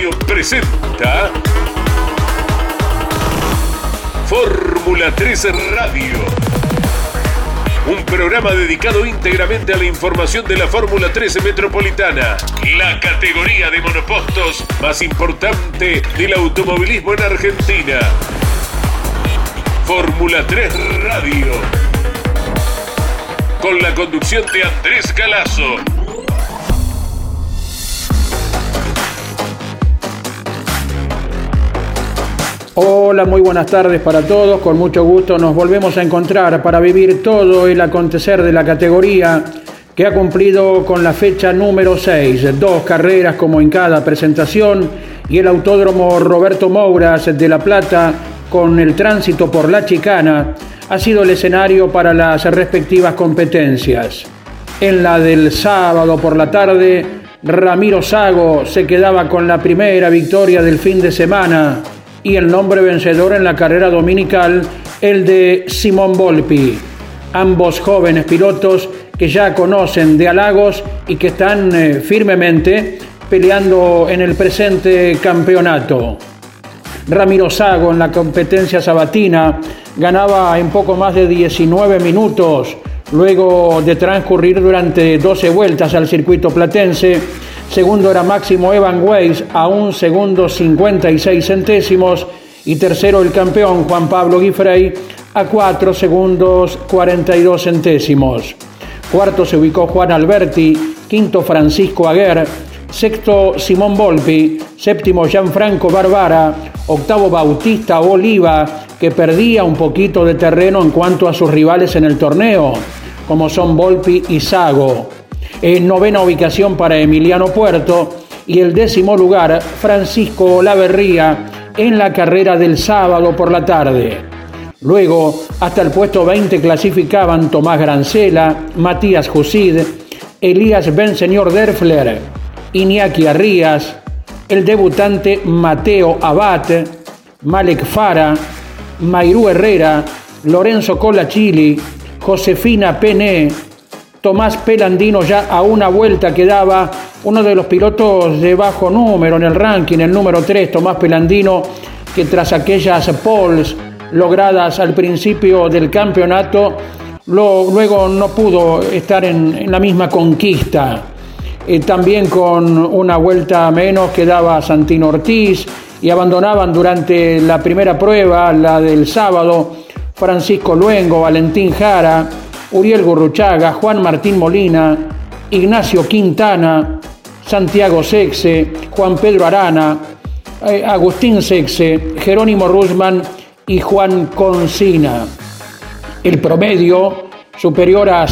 Radio presenta Fórmula 3 Radio, un programa dedicado íntegramente a la información de la Fórmula 13 Metropolitana, la categoría de monopostos más importante del automovilismo en Argentina. Fórmula 3 Radio, con la conducción de Andrés Galazo. Hola, muy buenas tardes para todos. Con mucho gusto nos volvemos a encontrar para vivir todo el acontecer de la categoría que ha cumplido con la fecha número 6. 2 carreras como en cada presentación y el Autódromo Roberto Mouras de La Plata, con el tránsito por la chicana, ha sido el escenario para las respectivas competencias. En la del sábado por la tarde, Ramiro Sago se quedaba con la primera victoria del fin de semana y el nombre vencedor en la carrera dominical, el de Simón Volpi. Ambos jóvenes pilotos que ya conocen de halagos y que están firmemente peleando en el presente campeonato. Ramiro Sago en la competencia sabatina ganaba en poco más de 19 minutos, luego de transcurrir durante 12 vueltas al circuito platense. Segundo era Máximo Evan Weiss a 1 segundo 56 centésimos y tercero el campeón Juan Pablo Guifrey a 4 segundos 42 centésimos. Cuarto se ubicó Juan Alberti, quinto Francisco Aguer, sexto Simón Volpi, séptimo Gianfranco Barbara, octavo Bautista Oliva, que perdía un poquito de terreno en cuanto a sus rivales en el torneo, como son Volpi y Sago. En novena ubicación para Emiliano Puerto y el 10º lugar Francisco Olaverría en la carrera del sábado por la tarde. Luego hasta el puesto 20 clasificaban Tomás Grancela, Matías Jusid, Elías Benseñor Derfler, Iñaki Arrías, el debutante Mateo Abad, Malek Fara, Mayrú Herrera, Lorenzo Colachili, Josefina Pené, Tomás Pelandino. Ya a una vuelta quedaba uno de los pilotos de bajo número en el ranking, el número 3, Tomás Pelandino, que tras aquellas poles logradas al principio del campeonato, luego no pudo estar en la misma conquista. También con una vuelta menos quedaba Santino Ortiz y abandonaban durante la primera prueba, la del sábado, Francisco Luengo, Valentín Jara, Uriel Gurruchaga, Juan Martín Molina, Ignacio Quintana, Santiago Sexe, Juan Pedro Arana, Agustín Sexe, Jerónimo Rusman y Juan Concina. El promedio superior a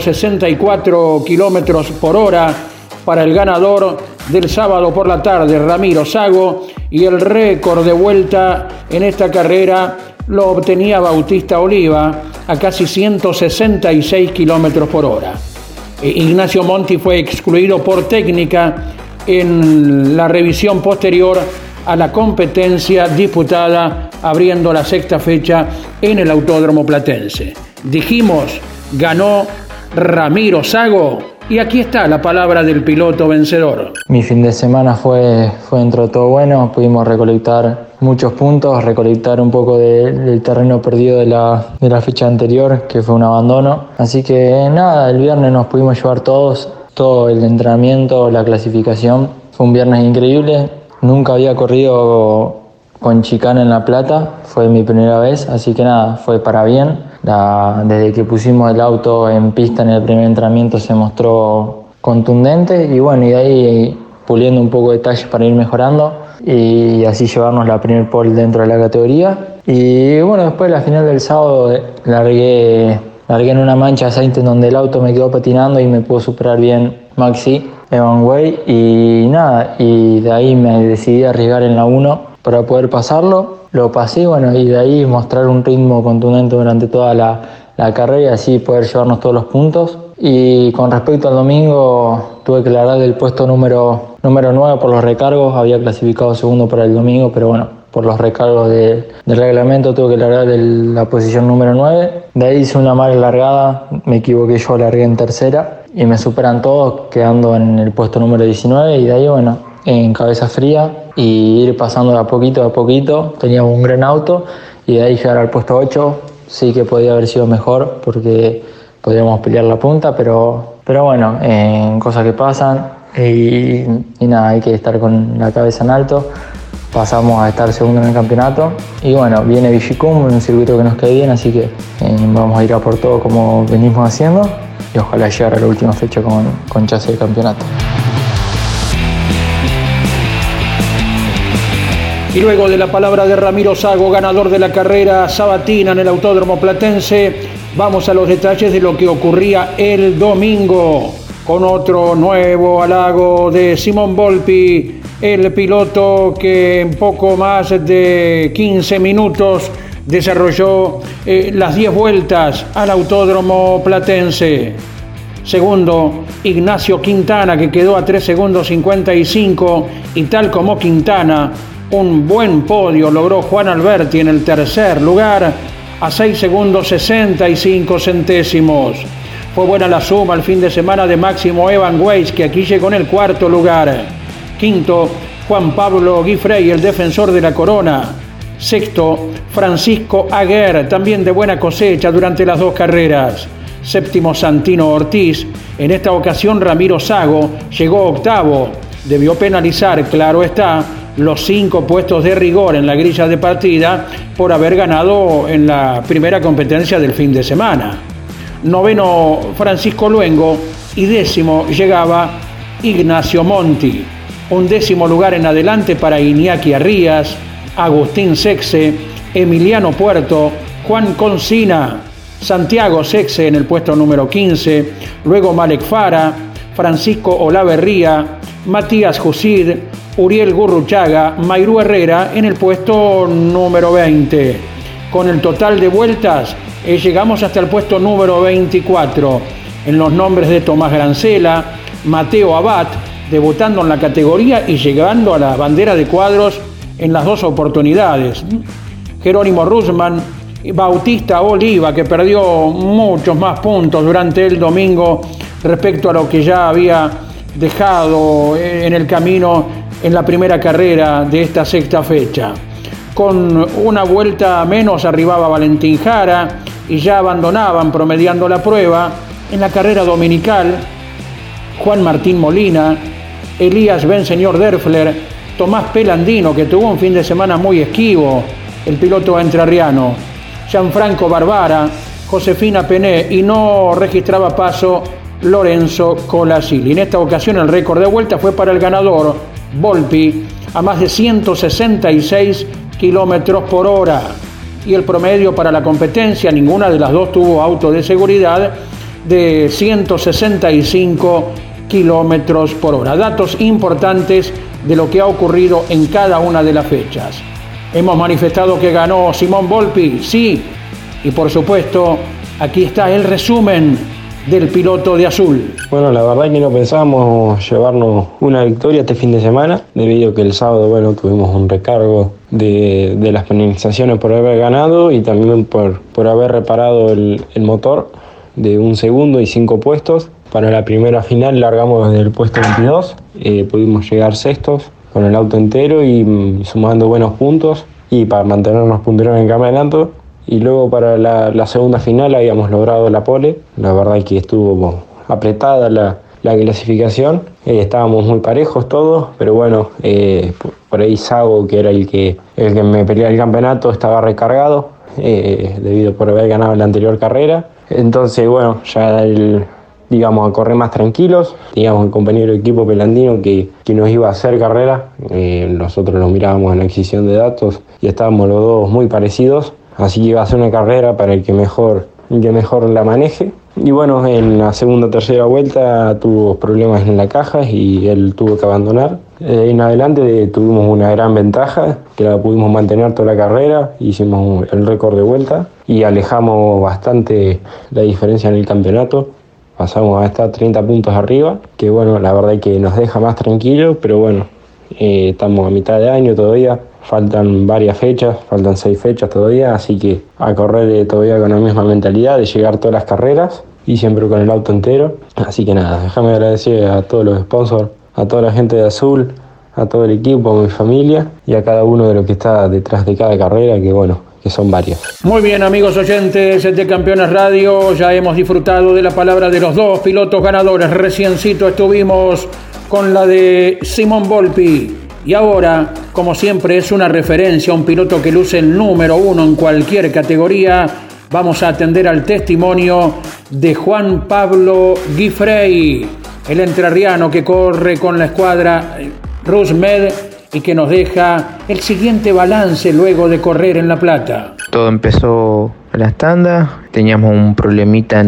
164 kilómetros por hora para el ganador del sábado por la tarde, Ramiro Sago, y el récord de vuelta en esta carrera lo obtenía Bautista Oliva a casi 166 kilómetros por hora. Ignacio Monti fue excluido por técnica en la revisión posterior a la competencia disputada abriendo la sexta fecha en el Autódromo Platense. Dijimos, ganó Ramiro Sago, y aquí está la palabra del piloto vencedor. Mi fin de semana fue dentro de todo bueno. Pudimos recolectar muchos puntos, recolectar un poco del terreno perdido de la fecha anterior, que fue un abandono. Así que nada, el viernes nos pudimos llevar todo el entrenamiento, la clasificación. Fue un viernes increíble. Nunca había corrido con chicana en La Plata, fue mi primera vez, así que nada, fue para bien. Desde que pusimos el auto en pista en el primer entrenamiento se mostró contundente y bueno, y de ahí puliendo un poco detalles para ir mejorando y así llevarnos la primer pole dentro de la categoría. Y bueno, después de la final del sábado largué en una mancha de aceite en donde el auto me quedó patinando y me pudo superar bien Maxi Evan Way y nada, y de ahí me decidí a arriesgar en la 1 para poder pasarlo. Lo pasé, bueno, y de ahí mostrar un ritmo contundente durante toda la carrera y así poder llevarnos todos los puntos. Y con respecto al domingo, tuve que largar del puesto número 9 por los recargos. Había clasificado segundo para el domingo, pero bueno, por los recargos del reglamento tuve que largar de la posición número 9. De ahí hice una mala largada, me equivoqué, yo largué en tercera y me superan todos, quedando en el puesto número 19. Y de ahí, bueno, en cabeza fría y ir pasando de a poquito. Teníamos un gran auto y de ahí llegar al puesto 8 sí que podía haber sido mejor porque podíamos pelear la punta, pero bueno, cosas que pasan y nada, hay que estar con la cabeza en alto. Pasamos a estar segundo en el campeonato y bueno, viene Vigicum, un circuito que nos cae bien, así que vamos a ir a por todo como venimos haciendo y ojalá llegar a la última fecha con chasis de campeonato. Y luego de la palabra de Ramiro Sago, ganador de la carrera sabatina en el Autódromo Platense, vamos a los detalles de lo que ocurría el domingo con otro nuevo halago de Simón Volpi, el piloto que en poco más de 15 minutos desarrolló las 10 vueltas al Autódromo Platense. Segundo, Ignacio Quintana, que quedó a 3 segundos 55, y tal como Quintana, un buen podio logró Juan Alberti en el tercer lugar a 6 segundos 65 centésimos. Fue buena la suma el fin de semana de Máximo Evan Weiss, que aquí llegó en el cuarto lugar. Quinto, Juan Pablo Guifrey, el defensor de la corona. Sexto, Francisco Aguer, también de buena cosecha durante las 2 carreras. Séptimo, Santino Ortiz. En esta ocasión Ramiro Sago llegó octavo. Debió penalizar, claro está, los 5 puestos de rigor en la grilla de partida por haber ganado en la primera competencia del fin de semana. Noveno, Francisco Luengo, y décimo llegaba Ignacio Monti. Un décimo lugar en adelante para Iñaki Arrías, Agustín Sexe, Emiliano Puerto, Juan Concina, Santiago Sexe en el puesto número 15, luego Malek Fara, Francisco Olaverría, Matías Jusid, Uriel Gurruchaga, Mayrú Herrera en el puesto número 20. Con el total de vueltas llegamos hasta el puesto número 24, en los nombres de Tomás Grancela, Mateo Abad, debutando en la categoría y llegando a la bandera de cuadros en las 2 oportunidades. Jerónimo Rusman, Bautista Oliva, que perdió muchos más puntos durante el domingo respecto a lo que ya había dejado en el camino en la primera carrera de esta sexta fecha. Con una vuelta menos arribaba Valentín Jara y ya abandonaban promediando la prueba en la carrera dominical Juan Martín Molina, Elías Benseñor Derfler, Tomás Pelandino, que tuvo un fin de semana muy esquivo, el piloto entrerriano, Gianfranco Barbara, Josefina Pené, y no registraba paso Lorenzo Colasili. En esta ocasión el récord de vuelta fue para el ganador, Volpi, a más de 166 kilómetros por hora. Y el promedio para la competencia, ninguna de las dos tuvo auto de seguridad, de 165 kilómetros por hora. Datos importantes de lo que ha ocurrido en cada una de las fechas. Hemos manifestado que ganó Simón Volpi, sí, y por supuesto, aquí está el resumen del piloto de azul. Bueno, la verdad es que no pensábamos llevarnos una victoria este fin de semana, debido a que el sábado, tuvimos un recargo de las penalizaciones por haber ganado y también por haber reparado el motor de 1 segundo y 5 puestos. Para la primera final largamos desde el puesto 22, pudimos llegar sextos con el auto entero y sumando buenos puntos y para mantenernos punteros en el campeonato. Y luego para la segunda final habíamos logrado la pole. La verdad es que estuvo apretada la clasificación. Estábamos muy parejos todos, pero por ahí Sago, que era el que me peleaba el campeonato, estaba recargado debido por haber ganado la anterior carrera. Entonces, ya a correr más tranquilos. Teníamos el compañero de equipo Pelandino que nos iba a hacer carrera. Nosotros lo mirábamos en la adquisición de datos y estábamos los dos muy parecidos. Así que iba a ser una carrera para el que mejor la maneje. Y en la segunda o tercera vuelta tuvo problemas en la caja y él tuvo que abandonar. En adelante tuvimos una gran ventaja, que la pudimos mantener toda la carrera, hicimos el récord de vuelta y alejamos bastante la diferencia en el campeonato. Pasamos a estar 30 puntos arriba, que la verdad es que nos deja más tranquilos, pero estamos a mitad de año todavía. Faltan varias fechas, faltan 6 fechas todavía, así que a correr todavía con la misma mentalidad de llegar todas las carreras y siempre con el auto entero. Así que nada, déjame agradecer a todos los sponsors, a toda la gente de Azul, a todo el equipo, a mi familia y a cada uno de los que está detrás de cada carrera, que bueno, que son varios. Muy bien, amigos oyentes de Campeones Radio, ya hemos disfrutado de la palabra de los dos pilotos ganadores. Reciencito estuvimos con la de Simón Volpi. Y ahora, como siempre, es una referencia a un piloto que luce el número 1 en cualquier categoría. Vamos a atender al testimonio de Juan Pablo Guifrey, el entrerriano que corre con la escuadra Rusmed y que nos deja el siguiente balance luego de correr en La Plata. Todo empezó en las tandas, teníamos un problemita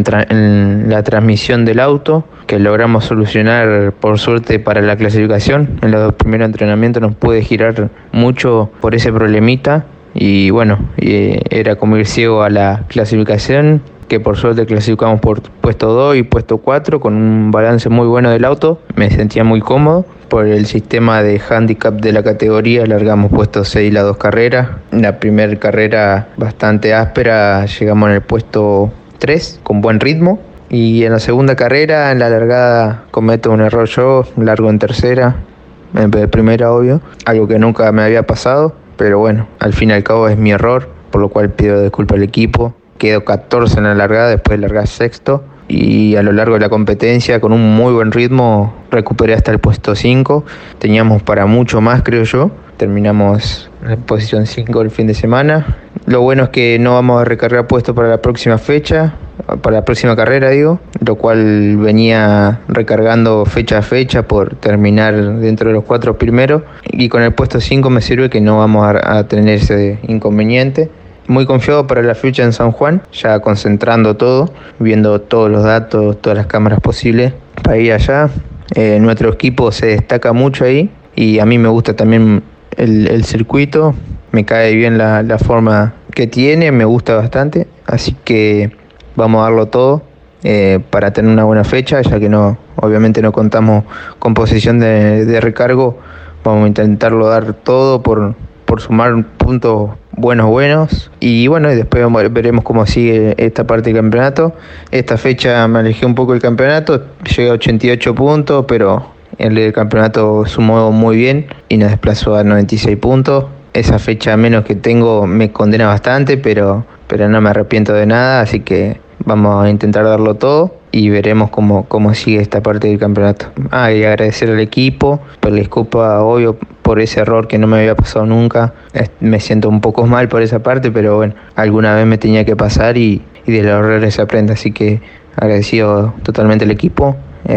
en la transmisión del auto que logramos solucionar por suerte para la clasificación. En los primeros entrenamientos nos pude girar mucho por ese problemita y bueno, era como ir ciego a la clasificación, que por suerte clasificamos por puesto 2 y puesto 4 con un balance muy bueno del auto. Me sentía muy cómodo. Por el sistema de handicap de la categoría largamos puesto 6 las 2 carreras. La primera carrera bastante áspera, llegamos en el puesto 3 con buen ritmo. Y en la segunda carrera, en la largada, cometo un error yo, largo en tercera, en vez de primera, obvio. Algo que nunca me había pasado, pero bueno, al fin y al cabo es mi error, por lo cual pido disculpas al equipo. Quedo 14 en la largada, después de largar sexto. Y a lo largo de la competencia, con un muy buen ritmo, recuperé hasta el puesto 5. Teníamos para mucho más, creo yo. Terminamos en posición 5 el fin de semana. Lo bueno es que no vamos a recargar puestos para la próxima fecha, para la próxima carrera, digo, lo cual venía recargando fecha a fecha por terminar dentro de los 4 primeros. Y con el puesto 5 me sirve que no vamos a tener ese inconveniente. Muy confiado para la fecha en San Juan, ya concentrando todo, viendo todos los datos, todas las cámaras posibles para ir allá. Nuestro equipo se destaca mucho ahí y a mí me gusta también el circuito, me cae bien la forma que tiene, me gusta bastante, así que vamos a darlo todo para tener una buena fecha, ya que obviamente no contamos con posición de recargo. Vamos a intentarlo dar todo por sumar puntos buenos y bueno, y después veremos cómo sigue esta parte del campeonato. Esta fecha me alejé un poco del campeonato, llegué a 88 puntos, pero el campeonato sumó muy bien y nos desplazó a 96 puntos. Esa fecha menos que tengo me condena bastante, pero no me arrepiento de nada, así que vamos a intentar darlo todo y veremos cómo sigue esta parte del campeonato. Y agradecer al equipo, pedirle disculpas, obvio, por ese error que no me había pasado nunca. Me siento un poco mal por esa parte, pero bueno, alguna vez me tenía que pasar y de los errores se aprende, así que agradecido totalmente al equipo,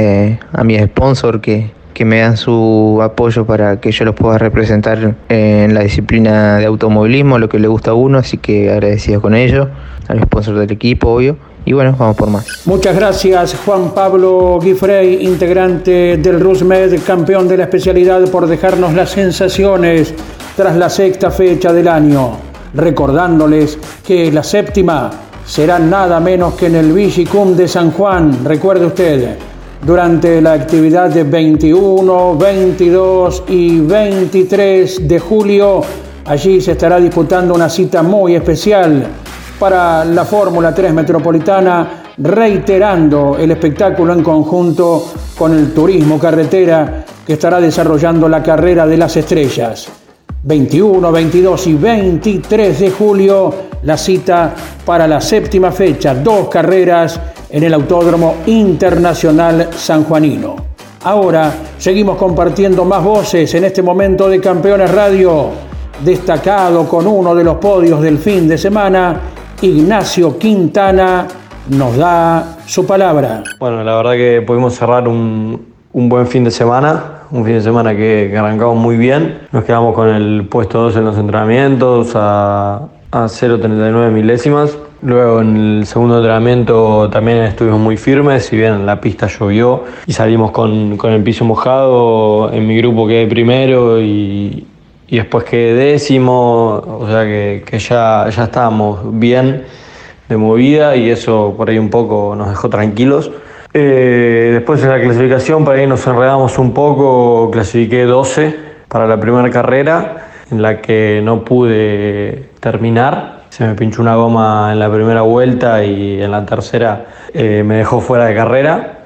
a mis sponsors que me dan su apoyo para que yo los pueda representar en la disciplina de automovilismo, lo que le gusta a uno, así que agradecido con ellos, a los sponsors del equipo, obvio. Y bueno, vamos por más. Muchas gracias, Juan Pablo Guifrey, integrante del Rusmed, campeón de la especialidad, por dejarnos las sensaciones tras la sexta fecha del año. Recordándoles que la séptima será nada menos que en el Vigicum de San Juan. Recuerde usted, durante la actividad de 21, 22 y 23 de julio, allí se estará disputando una cita muy especial para la Fórmula 3 Metropolitana, reiterando el espectáculo en conjunto con el Turismo Carretera que estará desarrollando la Carrera de las Estrellas. 21, 22 y 23 de julio, la cita para la séptima fecha, 2 carreras en el Autódromo Internacional Sanjuanino. Ahora seguimos compartiendo más voces en este momento de Campeones Radio, destacado con uno de los podios del fin de semana. Ignacio Quintana nos da su palabra. Bueno, la verdad que pudimos cerrar un buen fin de semana, que arrancamos muy bien. Nos quedamos con el puesto 2 en los entrenamientos a 0.39 milésimas. Luego en el segundo entrenamiento también estuvimos muy firmes, si bien la pista llovió y salimos con el piso mojado. En mi grupo quedé primero y después quedé décimo, o sea que ya estábamos bien de movida y eso por ahí un poco nos dejó tranquilos. Después en la clasificación, por ahí nos enredamos un poco, clasifiqué 12 para la primera carrera, en la que no pude terminar. Se me pinchó una goma en la primera vuelta y en la tercera me dejó fuera de carrera.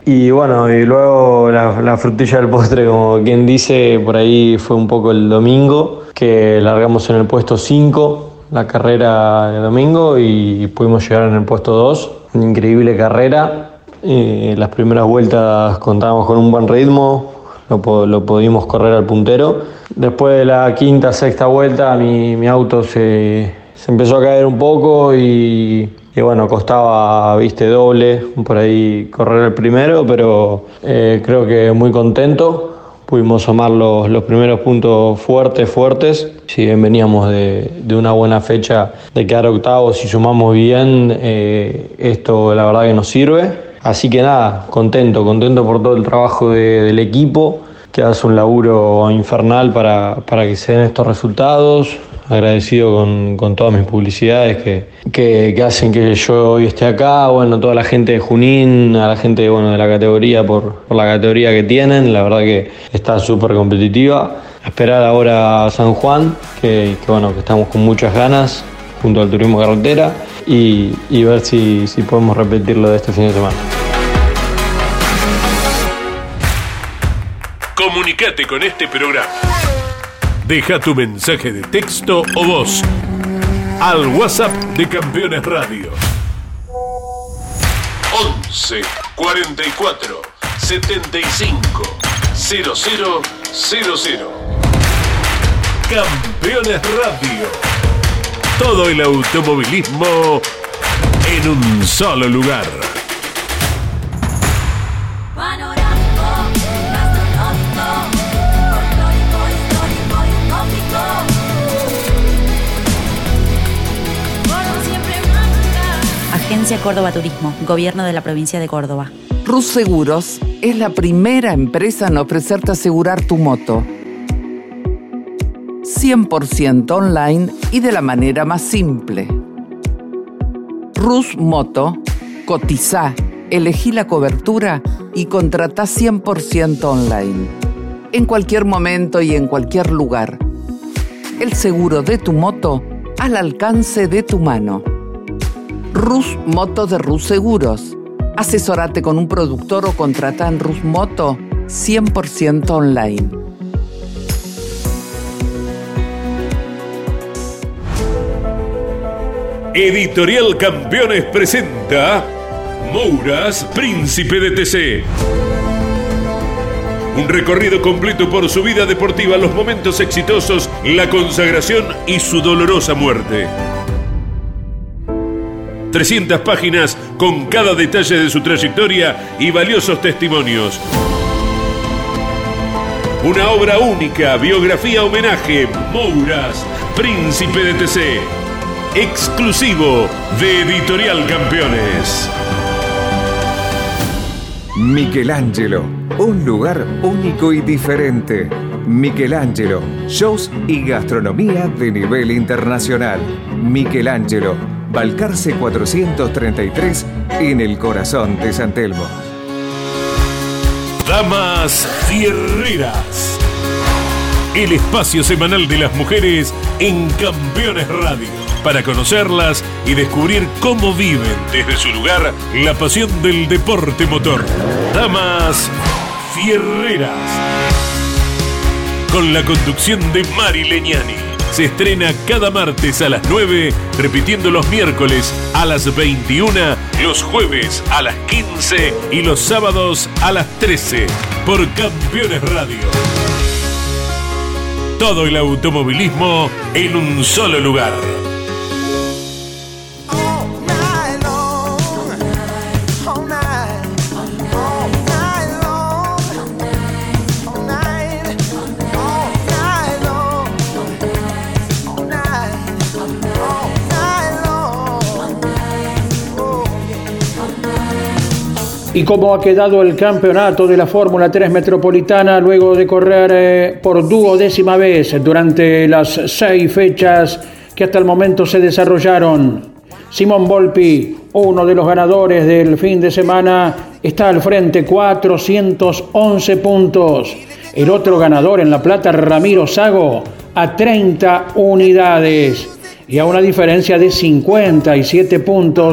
Y bueno, y luego la frutilla del postre, como quien dice, por ahí fue un poco el domingo, que largamos en el puesto 5 la carrera de domingo y pudimos llegar en el puesto 2. Una increíble carrera. Las primeras vueltas contábamos con un buen ritmo, lo pudimos correr al puntero. Después de la quinta, sexta vuelta, mi auto se empezó a caer un poco y bueno, costaba, doble por ahí correr el primero, pero creo que muy contento. Pudimos sumar los primeros puntos fuertes. Si bien veníamos de una buena fecha de quedar octavos, si sumamos bien, esto la verdad que nos sirve. Así que nada, contento por todo el trabajo del equipo, que hace un laburo infernal para que se den estos resultados. Agradecido con todas mis publicidades que hacen que yo hoy esté acá. Bueno, toda la gente de Junín, a la gente de la categoría por la categoría que tienen. La verdad que está súper competitiva. A esperar ahora a San Juan, que estamos con muchas ganas junto al turismo carretera y ver si podemos repetirlo de este fin de semana. Comunicate con este programa. Deja tu mensaje de texto o voz al WhatsApp de Campeones Radio. 11 44 75 0000. Campeones Radio. Todo el automovilismo en un solo lugar. Agencia Córdoba Turismo, Gobierno de la Provincia de Córdoba. Rus Seguros es la primera empresa en ofrecerte asegurar tu moto. 100% online y de la manera más simple. Rus Moto, cotizá, elegí la cobertura y contratá 100% online. En cualquier momento y en cualquier lugar. El seguro de tu moto al alcance de tu mano. Rus Moto de Rus Seguros. Asesórate con un productor o contrata en Rus Moto 100% online. Editorial Campeones presenta Mouras, Príncipe de TC. Un recorrido completo por su vida deportiva, los momentos exitosos, la consagración y su dolorosa muerte. 300 páginas con cada detalle de su trayectoria y valiosos testimonios. Una obra única, biografía homenaje, Mouras, Príncipe de TC. Exclusivo de Editorial Campeones. Michelangelo, un lugar único y diferente. Michelangelo, shows y gastronomía de nivel internacional. Michelangelo, Balcarce 433, en el corazón de San Telmo. Damas Fierreras, el espacio semanal de las mujeres en Campeones Radio, para conocerlas y descubrir cómo viven desde su lugar la pasión del deporte motor. Damas Fierreras, con la conducción de Mari Leñani. Se estrena cada martes a las 9, repitiendo los miércoles a las 21, los jueves a las 15 y los sábados a las 13 por Campeones Radio. Todo el automovilismo en un solo lugar. ¿Y cómo ha quedado el campeonato de la Fórmula 3 Metropolitana luego de correr por 12ª vez durante las 6 fechas que hasta el momento se desarrollaron? Simón Volpi, uno de los ganadores del fin de semana, está al frente, 411 puntos. El otro ganador en La Plata, Ramiro Sago, a 30 unidades. Y a una diferencia de 57 puntos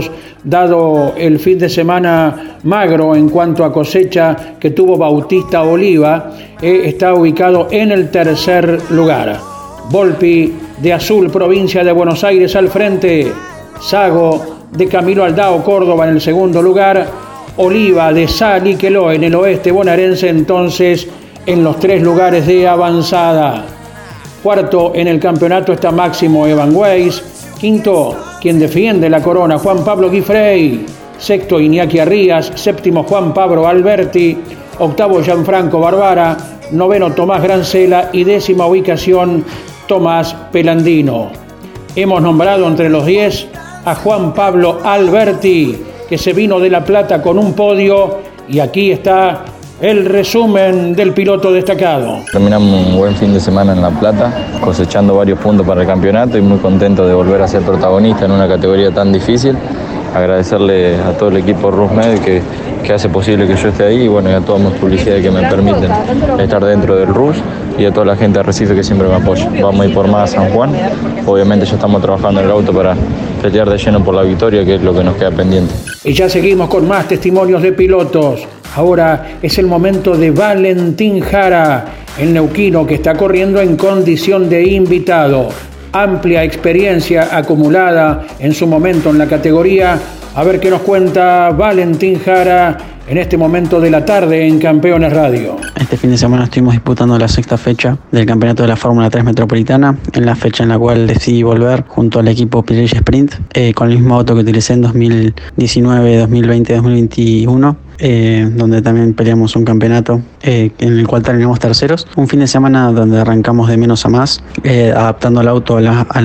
dado el fin de semana magro en cuanto a cosecha que tuvo Bautista Oliva, está ubicado en el tercer lugar. Volpi de Azul, provincia de Buenos Aires, al frente. Sago de Camilo Aldao, Córdoba, en el segundo lugar. Oliva de Saliqueló, en el oeste bonaerense, entonces en los 3 lugares de avanzada. Cuarto en el campeonato está Máximo Evan Weiss. Quinto, quien defiende la corona, Juan Pablo Guifrey. Sexto, Iñaki Arrías. Séptimo, Juan Pablo Alberti. Octavo, Gianfranco Barbara. Noveno, Tomás Grancela. Y décima ubicación, Tomás Pelandino. Hemos nombrado entre los 10 a Juan Pablo Alberti, que se vino de La Plata con un podio, y aquí está el resumen del piloto destacado. Terminamos un buen fin de semana en La Plata, cosechando varios puntos para el campeonato y muy contento de volver a ser protagonista en una categoría tan difícil. Agradecerle a todo el equipo RusMed que hace posible que yo esté ahí, y bueno, y a toda mis publicidades que me permiten estar dentro del RUS, y a toda la gente de Recife que siempre me apoya. Vamos a ir por más a San Juan. Obviamente ya estamos trabajando en el auto para pelear de lleno por la victoria, que es lo que nos queda pendiente. Y ya seguimos con más testimonios de pilotos. Ahora es el momento de Valentín Jara, el neuquino que está corriendo en condición de invitado. Amplia experiencia acumulada en su momento en la categoría. A ver qué nos cuenta Valentín Jara en este momento de la tarde en Campeones Radio. Este fin de semana estuvimos disputando la 6ª fecha del campeonato de la Fórmula 3 Metropolitana, en la fecha en la cual decidí volver junto al equipo Pirelli Sprint, con el mismo auto que utilicé en 2019, 2020, 2021. Donde también peleamos un campeonato en el cual terminamos terceros. Un fin de semana donde arrancamos de menos a más, adaptando el auto a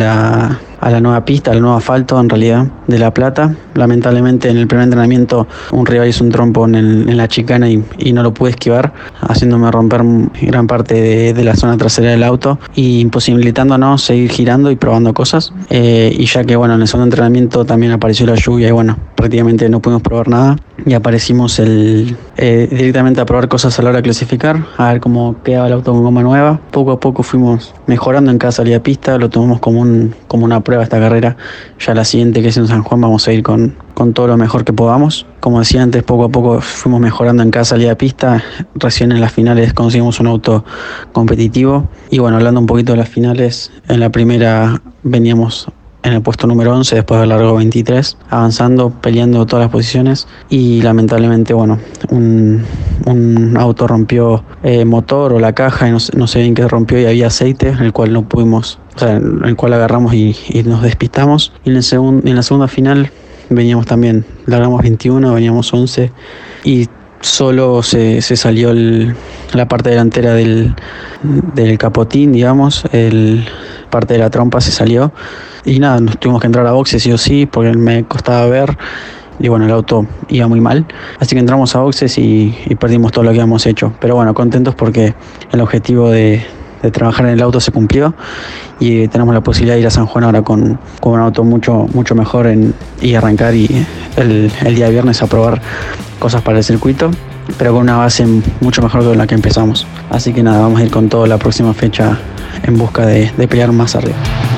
la nueva pista, al nuevo asfalto en realidad de La Plata. Lamentablemente en el primer entrenamiento un rival hizo un trompo en la chicana y no lo pude esquivar, haciéndome romper gran parte de la zona trasera del auto y imposibilitándonos seguir girando y probando cosas. Y ya que bueno, en el segundo entrenamiento también apareció la lluvia y bueno, prácticamente no pudimos probar nada y aparecimos directamente a probar cosas a la hora de clasificar, a ver cómo quedaba el auto con goma nueva. Poco a poco fuimos mejorando en cada salida de pista, lo tomamos como una prueba esta carrera. Ya la siguiente, que es en San Juan, vamos a ir con todo lo mejor que podamos. Como decía antes, poco a poco fuimos mejorando en cada salida de pista. Recién en las finales conseguimos un auto competitivo. Y bueno, hablando un poquito de las finales, en la primera veníamos en el puesto número 11, después del largo 23, avanzando, peleando todas las posiciones, y lamentablemente, bueno, un auto rompió motor o la caja, y no sé bien qué rompió, y había aceite, el cual no pudimos, el cual agarramos y nos despistamos. Y en la segunda final veníamos también, largamos 21, veníamos 11, y solo se salió la parte delantera del capotín, digamos, parte de la trompa se salió. Y nada, nos tuvimos que entrar a boxes sí o sí, porque me costaba ver. Y bueno, el auto iba muy mal. Así que entramos a boxes y perdimos todo lo que habíamos hecho. Pero bueno, contentos porque el objetivo de trabajar en el auto se cumplió. Y tenemos la posibilidad de ir a San Juan ahora con un auto mucho mejor y arrancar y el día viernes a probar cosas para el circuito, pero con una base mucho mejor que la que empezamos. Así que nada, vamos a ir con toda la próxima fecha en busca de pelear más arriba.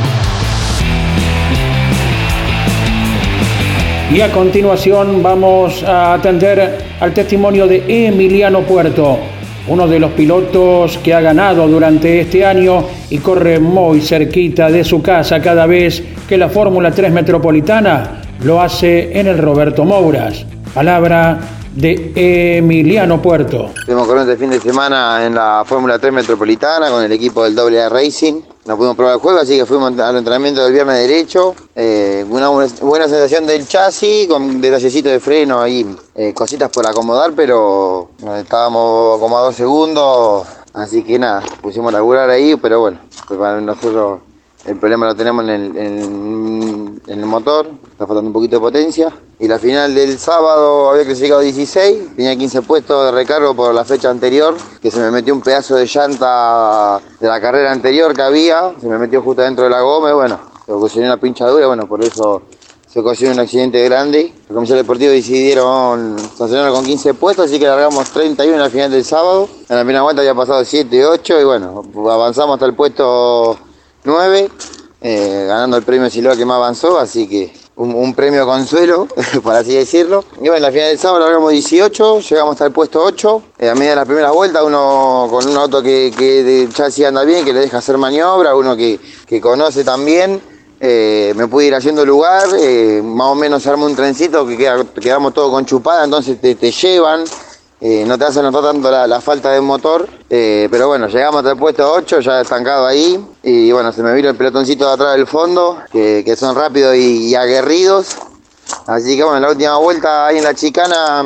Y a continuación vamos a atender al testimonio de Emiliano Puerto, uno de los pilotos que ha ganado durante este año y corre muy cerquita de su casa cada vez que la Fórmula 3 Metropolitana lo hace en el Roberto Mouras. Palabra de Emiliano Puerto. Estuvimos corriendo este fin de semana en la Fórmula 3 Metropolitana con el equipo del AA Racing. No pudimos probar el juego, así que fuimos al entrenamiento del viernes derecho. Una buena sensación del chasis, con detallecitos de freno ahí, cositas por acomodar, pero estábamos como a 2 segundos, así que nada, pusimos a laburar ahí, pero bueno, pues para nosotros el problema lo tenemos en el motor, está faltando un poquito de potencia. Y la final del sábado había clasificado 16, tenía 15 puestos de recargo por la fecha anterior, que se me metió un pedazo de llanta de la carrera anterior que había, se me metió justo dentro de la goma y bueno, se ocasionó una pinchadura, bueno, por eso se ocasionó un accidente grande. Los comisarios deportivos decidieron sancionarlo con 15 puestos, así que largamos 31 en la final del sábado. En la primera vuelta había pasado 7, 8 y bueno, avanzamos hasta el puesto 9, ganando el premio Silva que más avanzó, así que un premio consuelo, por así decirlo. Y bueno, en la final del sábado largamos 18, llegamos hasta el puesto 8. A medida de las primeras vueltas, uno con un auto que de chasis anda bien, que le deja hacer maniobra, uno que conoce también. Me pude ir haciendo lugar, más o menos armé un trencito que quedamos todos con chupada, entonces te llevan. No te hace notar tanto la falta de motor, pero bueno, llegamos hasta el puesto 8, ya estancado ahí, y bueno, se me vino el pelotoncito de atrás del fondo, que son rápidos y aguerridos, así que bueno, en la última vuelta ahí en la chicana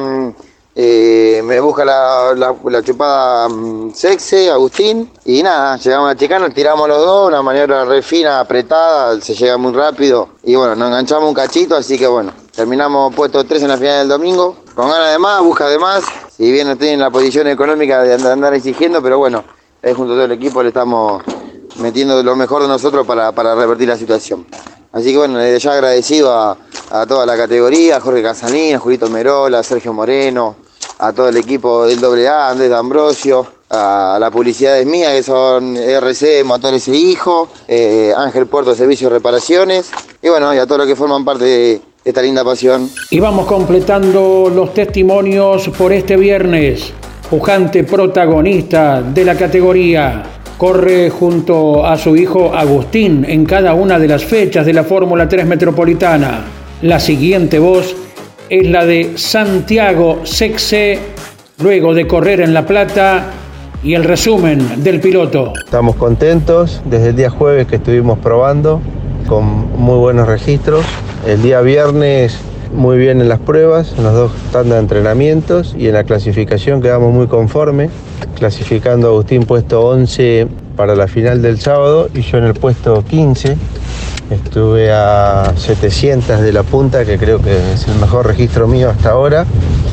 me busca la chupada Sexe, Agustín, y nada, llegamos a la chicana, tiramos los dos, una maniobra re fina, apretada, se llega muy rápido, y bueno, nos enganchamos un cachito, así que bueno, terminamos puesto 3 en la final del domingo, con ganas de más, busca de más. Si bien no estoy en la posición económica de andar exigiendo, pero bueno, junto a todo el equipo le estamos metiendo lo mejor de nosotros para revertir la situación. Así que bueno, desde ya agradecido a toda la categoría, a Jorge Casanina, a Julito Merola, a Sergio Moreno, a todo el equipo del AA, Andrés D'Ambrosio, a la publicidad es mía, que son RC, Motores e Hijo, Ángel Puerto, Servicios de Reparaciones, y bueno, y a todos los que forman parte de esta linda pasión. Y vamos completando los testimonios por este viernes. Pujante protagonista de la categoría. Corre junto a su hijo Agustín en cada una de las fechas de la Fórmula 3 Metropolitana. La siguiente voz es la de Santiago Sexe, luego de correr en La Plata, y el resumen del piloto. Estamos contentos desde el día jueves que estuvimos probando, con muy buenos registros. El día viernes muy bien en las pruebas, en los 2 tandas de entrenamientos, y en la clasificación quedamos muy conformes, clasificando a Agustín puesto 11 para la final del sábado y yo en el puesto 15. Estuve a 700 de la punta, que creo que es el mejor registro mío hasta ahora,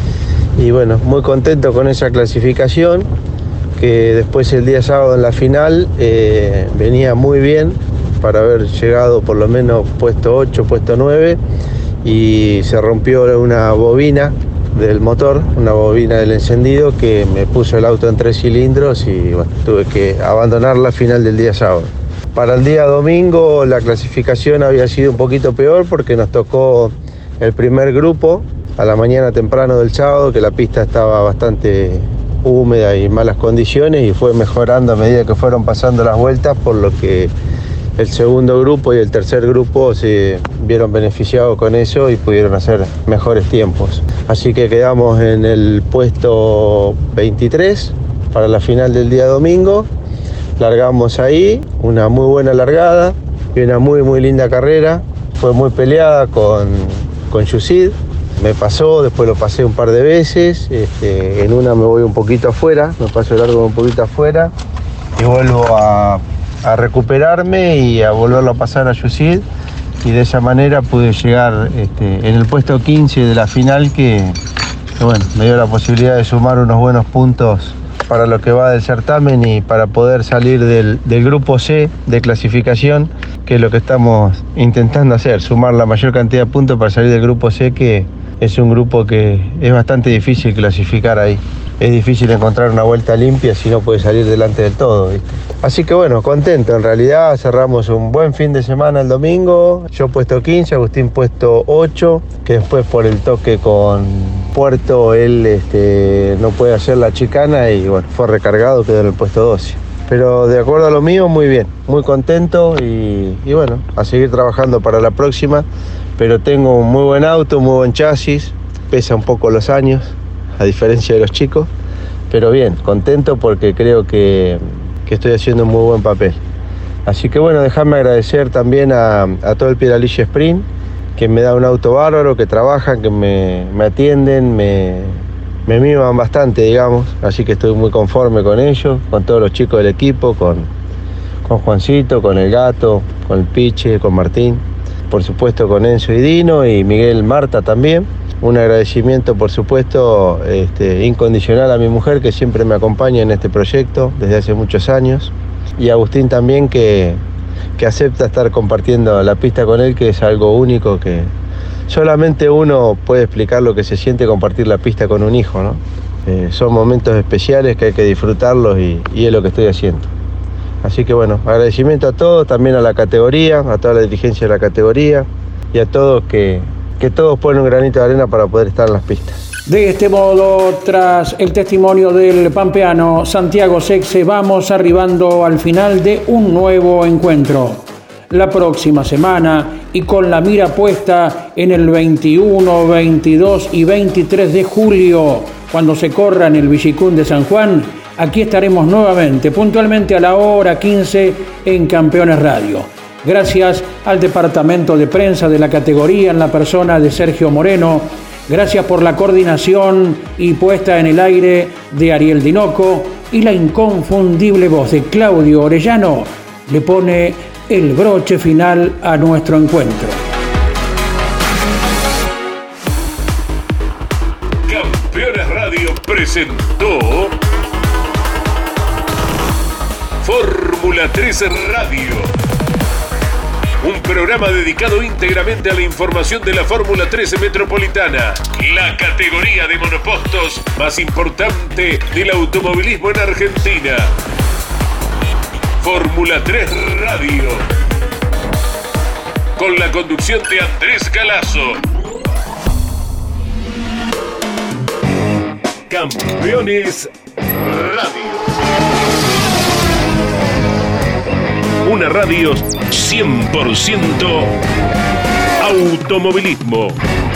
y bueno, muy contento con esa clasificación, que después el día sábado en la final venía muy bien para haber llegado por lo menos puesto 8, puesto 9, y se rompió una bobina del motor, una bobina del encendido, que me puso el auto en 3 cilindros y bueno, tuve que abandonar la final del día sábado. Para el día domingo la clasificación había sido un poquito peor porque nos tocó el primer grupo a la mañana temprano del sábado, que la pista estaba bastante húmeda y en malas condiciones, y fue mejorando a medida que fueron pasando las vueltas, por lo que el segundo grupo y el tercer grupo se vieron beneficiados con eso y pudieron hacer mejores tiempos. Así que quedamos en el puesto 23 para la final del día domingo. Largamos ahí, una muy buena largada y una muy linda carrera. Fue muy peleada con Yusid. Me pasó, después lo pasé un par de veces. En una me voy un poquito afuera, me paso el largo un poquito afuera y vuelvo a recuperarme y a volverlo a pasar a Yusid, y de esa manera pude llegar en el puesto 15 de la final, que bueno, me dio la posibilidad de sumar unos buenos puntos para lo que va del certamen y para poder salir del grupo C de clasificación, que es lo que estamos intentando hacer, sumar la mayor cantidad de puntos para salir del grupo C, que es un grupo que es bastante difícil clasificar ahí. Es difícil encontrar una vuelta limpia si no puedes salir delante del todo, ¿viste? Así que bueno, contento. En realidad cerramos un buen fin de semana el domingo. Yo puesto 15, Agustín puesto 8, que después por el toque con Puerto él no puede hacer la chicana y bueno, fue recargado, quedó en el puesto 12. Pero de acuerdo a lo mío, muy bien, muy contento y bueno, a seguir trabajando para la próxima. Pero tengo un muy buen auto, muy buen chasis, pesa un poco los años, a diferencia de los chicos, pero bien, contento porque creo que estoy haciendo un muy buen papel. Así que bueno, déjame agradecer también a todo el Piralillo Sprint, que me da un auto bárbaro, que trabajan, que me atienden, me miman bastante, digamos, así que estoy muy conforme con ellos, con todos los chicos del equipo, con Juancito, con el Gato, con el Piche, con Martín, por supuesto con Enzo y Dino y Miguel Marta también. Un agradecimiento, por supuesto, incondicional a mi mujer, que siempre me acompaña en este proyecto desde hace muchos años, y a Agustín también, que acepta estar compartiendo la pista con él, que es algo único, que solamente uno puede explicar lo que se siente compartir la pista con un hijo, ¿no? Son momentos especiales que hay que disfrutarlos y es lo que estoy haciendo. Así que bueno, agradecimiento a todos, también a la categoría, a toda la dirigencia de la categoría, y a todos que todos ponen un granito de arena para poder estar en las pistas. De este modo, tras el testimonio del pampeano Santiago Sexe, vamos arribando al final de un nuevo encuentro. La próxima semana, y con la mira puesta en el 21, 22 y 23 de julio, cuando se corra en el Villicún de San Juan, aquí estaremos nuevamente, puntualmente a la hora 15 en Campeones Radio. Gracias al departamento de prensa de la categoría en la persona de Sergio Moreno. Gracias por la coordinación y puesta en el aire de Ariel Dinoco, y la inconfundible voz de Claudio Orellano le pone el broche final a nuestro encuentro. Campeones Radio presentó Fórmula 3 Radio. Un programa dedicado íntegramente a la información de la Fórmula 13 Metropolitana, la categoría de monopostos más importante del automovilismo en Argentina. Fórmula 3 Radio. Con la conducción de Andrés Galazo. Campeones Radio. Una radio 100% automovilismo.